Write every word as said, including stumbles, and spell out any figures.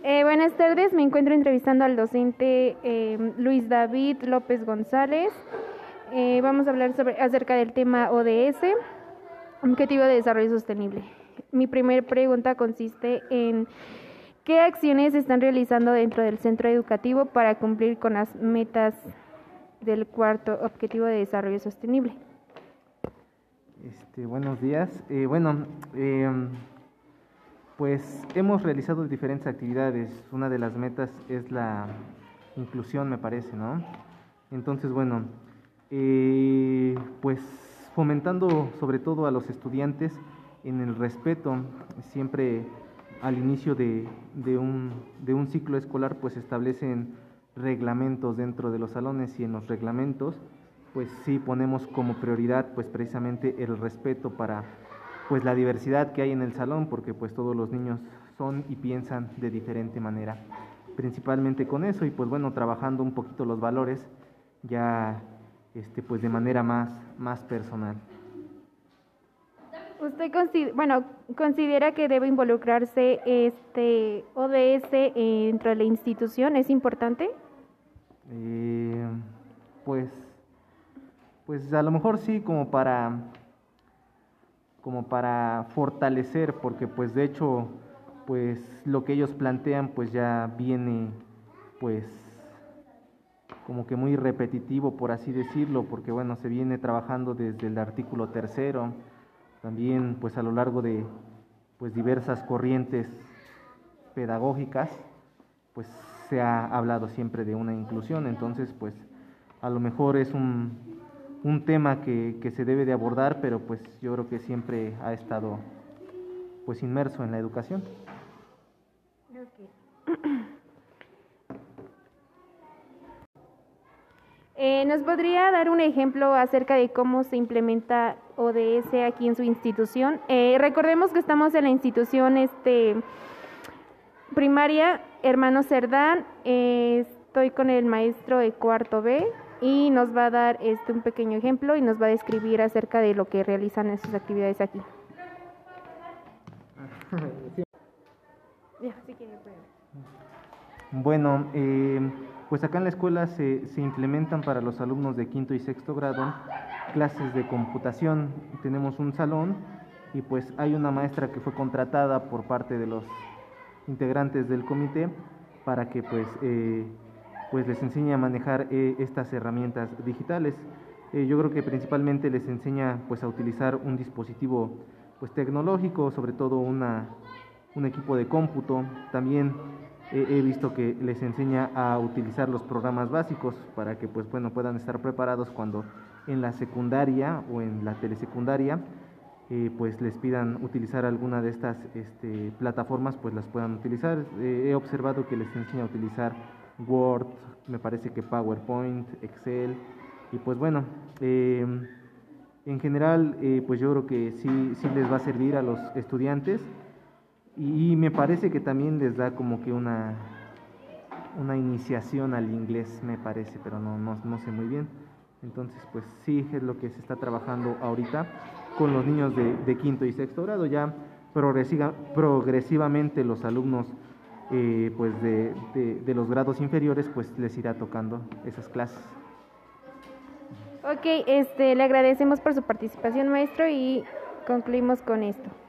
Eh, buenas tardes, me encuentro entrevistando al docente eh, Luis David López González. Eh, vamos a hablar sobre, acerca del tema O D S, Objetivo de Desarrollo Sostenible. Mi primera pregunta consiste en ¿qué acciones se están realizando dentro del centro educativo para cumplir con las metas del cuarto Objetivo de Desarrollo Sostenible? Este, buenos días. Eh, bueno, eh, pues hemos realizado diferentes actividades. Una de las metas es la inclusión, me parece, ¿no? Entonces, bueno, eh, pues fomentando sobre todo a los estudiantes en el respeto, siempre al inicio de, de, un, de un ciclo escolar, pues establecen reglamentos dentro de los salones, y en los reglamentos pues sí ponemos como prioridad pues precisamente el respeto para pues la diversidad que hay en el salón, porque pues todos los niños son y piensan de diferente manera, principalmente con eso. Y pues bueno, trabajando un poquito los valores ya este pues de manera más, más personal. ¿Usted considera, bueno, considera que debe involucrarse este O D S dentro de la institución? ¿Es importante? Eh, pues, pues a lo mejor sí, como para, como para fortalecer, porque pues de hecho, pues lo que ellos plantean pues ya viene pues como que muy repetitivo, por así decirlo, porque bueno, se viene trabajando desde el artículo tercero, también pues a lo largo de pues diversas corrientes pedagógicas, pues se ha hablado siempre de una inclusión. Entonces pues a lo mejor es un, un tema que, que se debe de abordar, pero pues yo creo que siempre ha estado pues inmerso en la educación. Okay. Eh, ¿Nos podría dar un ejemplo acerca de cómo se implementa O D S aquí en su institución? Eh, recordemos que estamos en la institución este, primaria Hermano Cerdán. Eh, estoy con el maestro de cuarto B y nos va a dar este, un pequeño ejemplo y nos va a describir acerca de lo que realizan en sus actividades aquí. Sí. Bueno, eh, pues acá en la escuela se, se implementan para los alumnos de quinto y sexto grado clases de computación. Tenemos un salón y pues hay una maestra que fue contratada por parte de los integrantes del comité para que pues, eh, pues les enseñe a manejar eh, estas herramientas digitales. Eh, yo creo que principalmente les enseña pues a utilizar un dispositivo pues tecnológico, sobre todo una, un equipo de cómputo. También he visto que les enseña a utilizar los programas básicos para que pues bueno puedan estar preparados cuando en la secundaria o en la telesecundaria eh, pues les pidan utilizar alguna de estas este, plataformas, pues las puedan utilizar. Eh, he observado que les enseña a utilizar Word, me parece que PowerPoint, Excel, y pues bueno, eh, en general eh, pues yo creo que sí, sí les va a servir a los estudiantes. Y me parece que también les da como que una, una iniciación al inglés, me parece, pero no, no, no sé muy bien. Entonces, pues sí, es lo que se está trabajando ahorita con los niños de, de quinto y sexto grado. Ya progresiva, progresivamente los alumnos eh, pues de, de, de los grados inferiores, pues les irá tocando esas clases. Ok, este, le agradecemos por su participación, maestro, y concluimos con esto.